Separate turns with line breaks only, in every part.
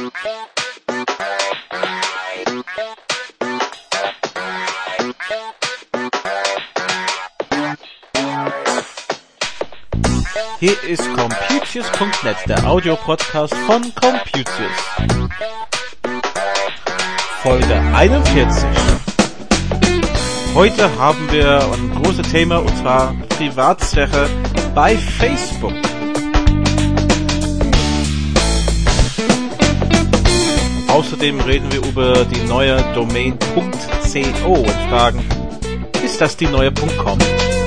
Hier ist Computius.net, der Audio-Podcast von Computius. Folge 41. Heute haben wir ein großes Thema, und zwar Privatsphäre bei Facebook. Außerdem reden wir über die neue Domain .co und fragen, ist das die neue .com?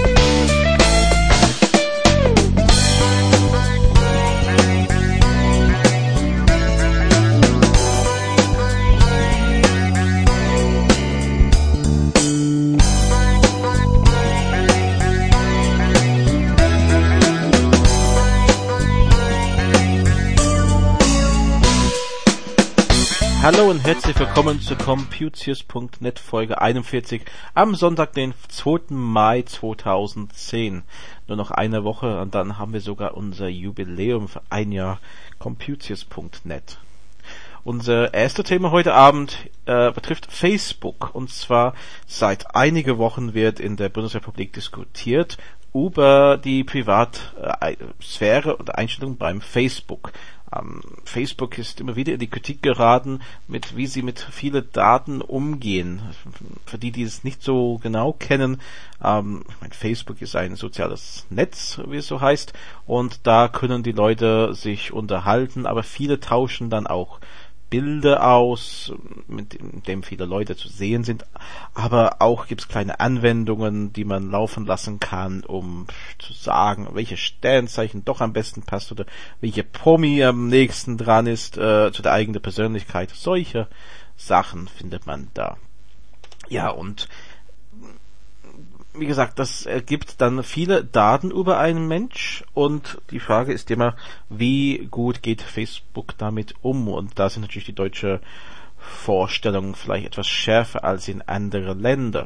Hallo und herzlich willkommen zu Computius.net Folge 41 am Sonntag, den 2. Mai 2010. Nur noch eine Woche und dann haben wir sogar unser Jubiläum für ein Jahr Computius.net. Unser erstes Thema heute Abend betrifft Facebook, und zwar seit einigen Wochen wird in der Bundesrepublik diskutiert über die Privatsphäre und Einstellungen beim Facebook. Facebook ist immer wieder in die Kritik geraten, mit wie sie mit vielen Daten umgehen. Für die es nicht so genau kennen, Facebook ist ein soziales Netz, wie es so heißt, und da können die Leute sich unterhalten, aber viele tauschen dann auch Bilder aus, mit dem viele Leute zu sehen sind, aber auch gibt es kleine Anwendungen, die man laufen lassen kann, um zu sagen, welche Sternzeichen doch am besten passt oder welche Promi am nächsten dran ist zu der eigenen Persönlichkeit. Solche Sachen findet man da. Ja, und wie gesagt, das ergibt dann viele Daten über einen Mensch, und die Frage ist immer, wie gut geht Facebook damit um? Und da sind natürlich die deutsche Vorstellungen vielleicht etwas schärfer als in anderen Ländern.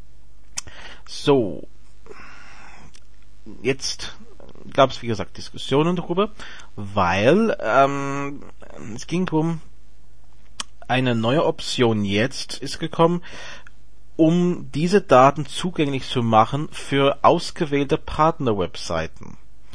So, jetzt gab es wie gesagt Diskussionen darüber, weil es ging darum, eine neue Option jetzt ist gekommen, um diese Daten zugänglich zu machen für ausgewählte Partnerwebseiten.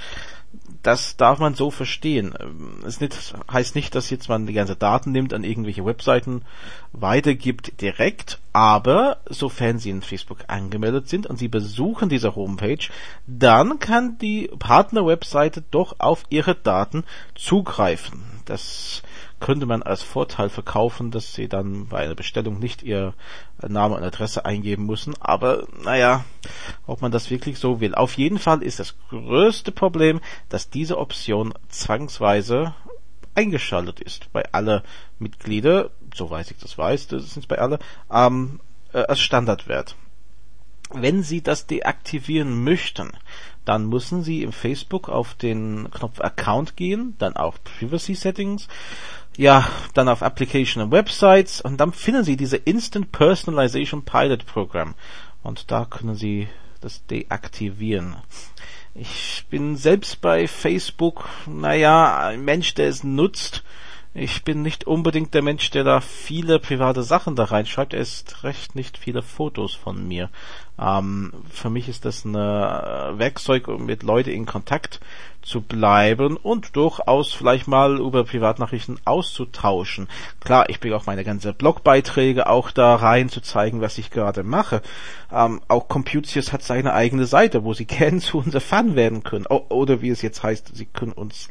Das darf man so verstehen. Es heißt nicht, dass jetzt man die ganzen Daten nimmt, an irgendwelche Webseiten weitergibt direkt, aber sofern Sie in Facebook angemeldet sind und Sie besuchen diese Homepage, dann kann die Partnerwebseite doch auf Ihre Daten zugreifen. Das könnte man als Vorteil verkaufen, dass Sie dann bei einer Bestellung nicht Ihr Name und Adresse eingeben müssen. Aber naja, ob man das wirklich so will. Auf jeden Fall ist das größte Problem, dass diese Option zwangsweise eingeschaltet ist bei alle Mitglieder, soweit ich das weiß, das sind bei alle, als Standardwert. Wenn Sie das deaktivieren möchten, dann müssen Sie im Facebook auf den Knopf Account gehen, dann auf Privacy Settings, ja, dann auf Application and Websites, und dann finden Sie diese Instant Personalization Pilot Program, und da können Sie das deaktivieren. Ich bin selbst bei Facebook, ein Mensch, der es nutzt. Ich bin nicht unbedingt der Mensch, der da viele private Sachen da reinschreibt. Er ist recht nicht viele Fotos von mir. Für mich ist das ein Werkzeug, um mit Leuten in Kontakt zu bleiben und durchaus vielleicht mal über Privatnachrichten auszutauschen. Klar, ich bringe auch meine ganzen Blogbeiträge auch da rein, zu zeigen, was ich gerade mache. Auch Computius hat seine eigene Seite, wo Sie gerne zu unser Fan werden können. Oder wie es jetzt heißt, Sie können uns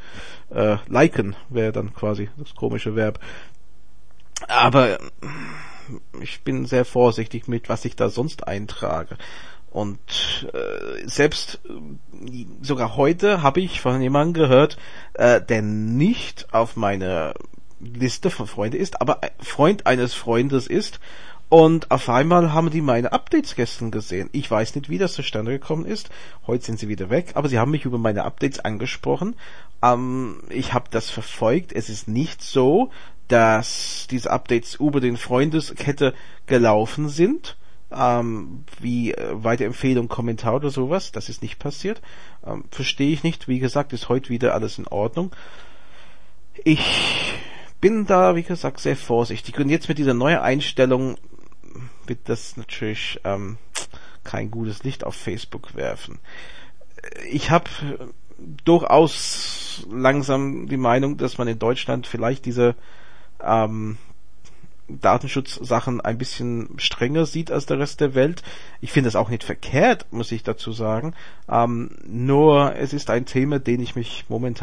liken, wäre dann quasi das komische Verb. Aber ich bin sehr vorsichtig mit, was ich da sonst eintrage. Und selbst sogar heute habe ich von jemandem gehört, der nicht auf meiner Liste von Freunden ist, aber Freund eines Freundes ist. Und auf einmal haben die meine Updates gestern gesehen. Ich weiß nicht, wie das zustande gekommen ist. Heute sind sie wieder weg, aber sie haben mich über meine Updates angesprochen. Ich habe das verfolgt. Es ist nicht so, dass diese Updates über den Freundeskette gelaufen sind, wie Weiterempfehlung, Kommentar oder sowas. Das ist nicht passiert. Verstehe ich nicht. Wie gesagt, ist heute wieder alles in Ordnung. Ich bin da, wie gesagt, sehr vorsichtig. Und jetzt mit dieser neuen Einstellung wird das natürlich kein gutes Licht auf Facebook werfen. Ich habe durchaus langsam die Meinung, dass man in Deutschland vielleicht diese Datenschutzsachen ein bisschen strenger sieht als der Rest der Welt. Ich finde das auch nicht verkehrt, muss ich dazu sagen. Nur es ist ein Thema, mit dem ich mich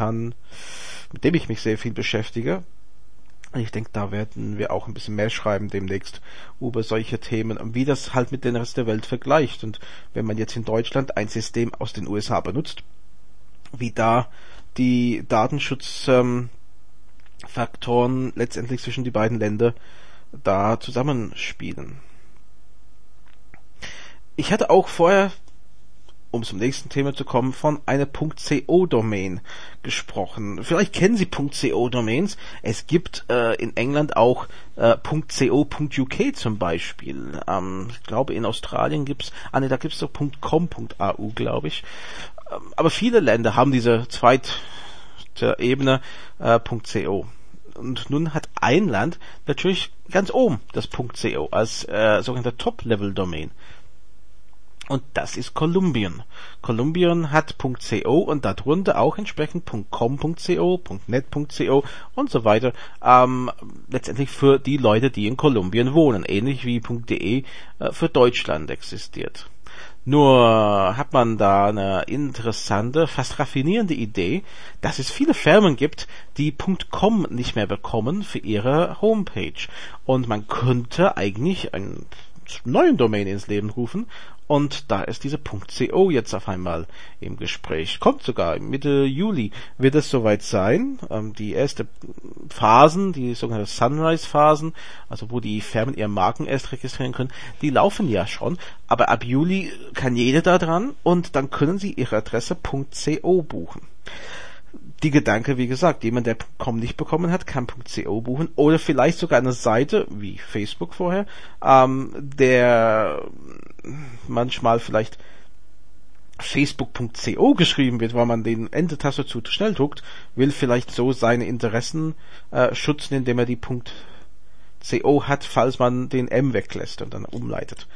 sehr viel beschäftige. Ich denke, da werden wir auch ein bisschen mehr schreiben demnächst über solche Themen und wie das halt mit dem Rest der Welt vergleicht. Und wenn man jetzt in Deutschland ein System aus den USA benutzt, wie da die Datenschutzfaktoren letztendlich zwischen die beiden Länder da zusammenspielen. Ich hatte auch vorher, um zum nächsten Thema zu kommen, von einer .co-Domain gesprochen. Vielleicht kennen Sie .co-Domains. Es gibt in England auch .co.uk zum Beispiel. Ich glaube, in Australien gibt's, da gibt's doch .com.au, glaube ich. Aber viele Länder haben diese zweite Ebene .co. Und nun hat ein Land natürlich ganz oben das .co als sogenannte Top-Level-Domain. Und das ist Kolumbien. Kolumbien hat .co und darunter auch entsprechend .com.co, .net.co und so weiter. Letztendlich für die Leute, die in Kolumbien wohnen. Ähnlich wie .de für Deutschland existiert. Nur hat man da eine interessante, fast raffinierende Idee, dass es viele Firmen gibt, die .com nicht mehr bekommen für ihre Homepage. Und man könnte eigentlich einen neuen Domain ins Leben rufen. Und da ist diese .co jetzt auf einmal im Gespräch. Kommt sogar Mitte Juli wird es soweit sein. Die erste Phasen, die sogenannten Sunrise-Phasen, also wo die Firmen ihre Marken erst registrieren können, die laufen ja schon. Aber ab Juli kann jeder da dran und dann können sie ihre Adresse .co buchen. Die Gedanke, wie gesagt, jemand, der .com nicht bekommen hat, kann .co buchen oder vielleicht sogar eine Seite, wie Facebook vorher, der manchmal vielleicht facebook.co geschrieben wird, weil man den Enter-Taste zu schnell druckt, will vielleicht so seine Interessen schützen, indem er die .co hat, falls man den M weglässt und dann umleitet.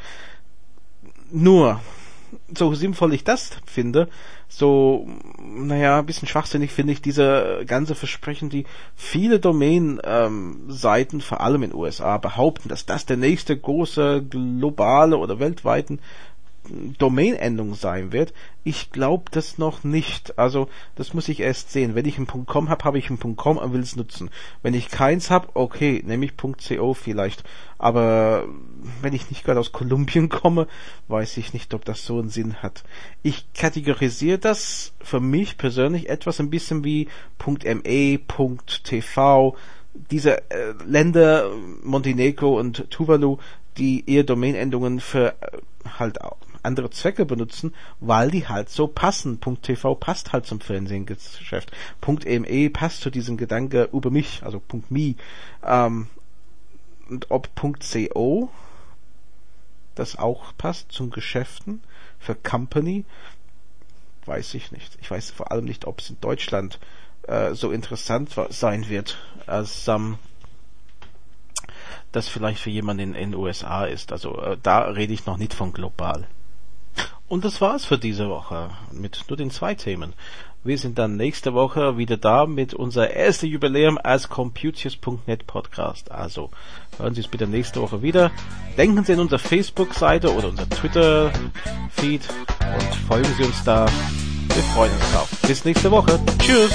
Nur, so sinnvoll ich das finde, so, ein bisschen schwachsinnig finde ich diese ganze Versprechen, die viele Domain-Seiten, vor allem in den USA, behaupten, dass das der nächste große globale oder weltweiten Domain-Endung sein wird. Ich glaube das noch nicht. Also das muss ich erst sehen. Wenn ich ein .com habe, habe ich ein .com und will es nutzen. Wenn ich keins habe, okay, nehme ich .co vielleicht. Aber wenn ich nicht gerade aus Kolumbien komme, weiß ich nicht, ob das so einen Sinn hat. Ich kategorisiere das für mich persönlich etwas ein bisschen wie .me, .tv, diese Länder, Montenegro und Tuvalu, die eher Domainendungen für halt andere Zwecke benutzen, weil die halt so passen. .tv passt halt zum Fernsehgeschäft. .me passt zu diesem Gedanke über mich, also .me. Und ob .co das auch passt zum Geschäften für Company, weiß ich nicht. Ich weiß vor allem nicht, ob es in Deutschland so interessant sein wird, als das vielleicht für jemanden in den USA ist. Also da rede ich noch nicht von global. Und das war's für diese Woche mit nur den 2 Themen. Wir sind dann nächste Woche wieder da mit unser erstes Jubiläum als Computius.net Podcast. Also hören Sie es bitte nächste Woche wieder. Denken Sie an unsere Facebook-Seite oder unser Twitter-Feed und folgen Sie uns da. Wir freuen uns drauf. Bis nächste Woche. Tschüss!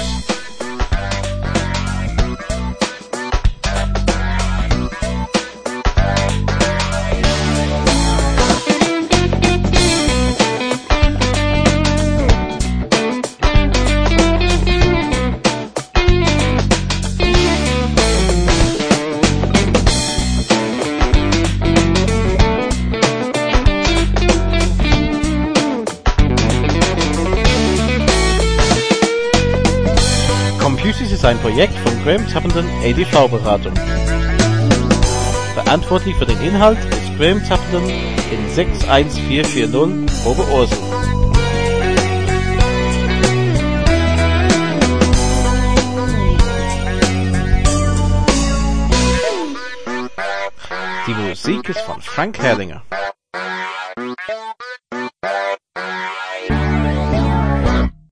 Ein Projekt von Graham Tappenden ADV-Beratung. Verantwortlich für den Inhalt ist Graham Tappenden in 61440 Oberursel. Die Musik ist von Frank Herrlinger.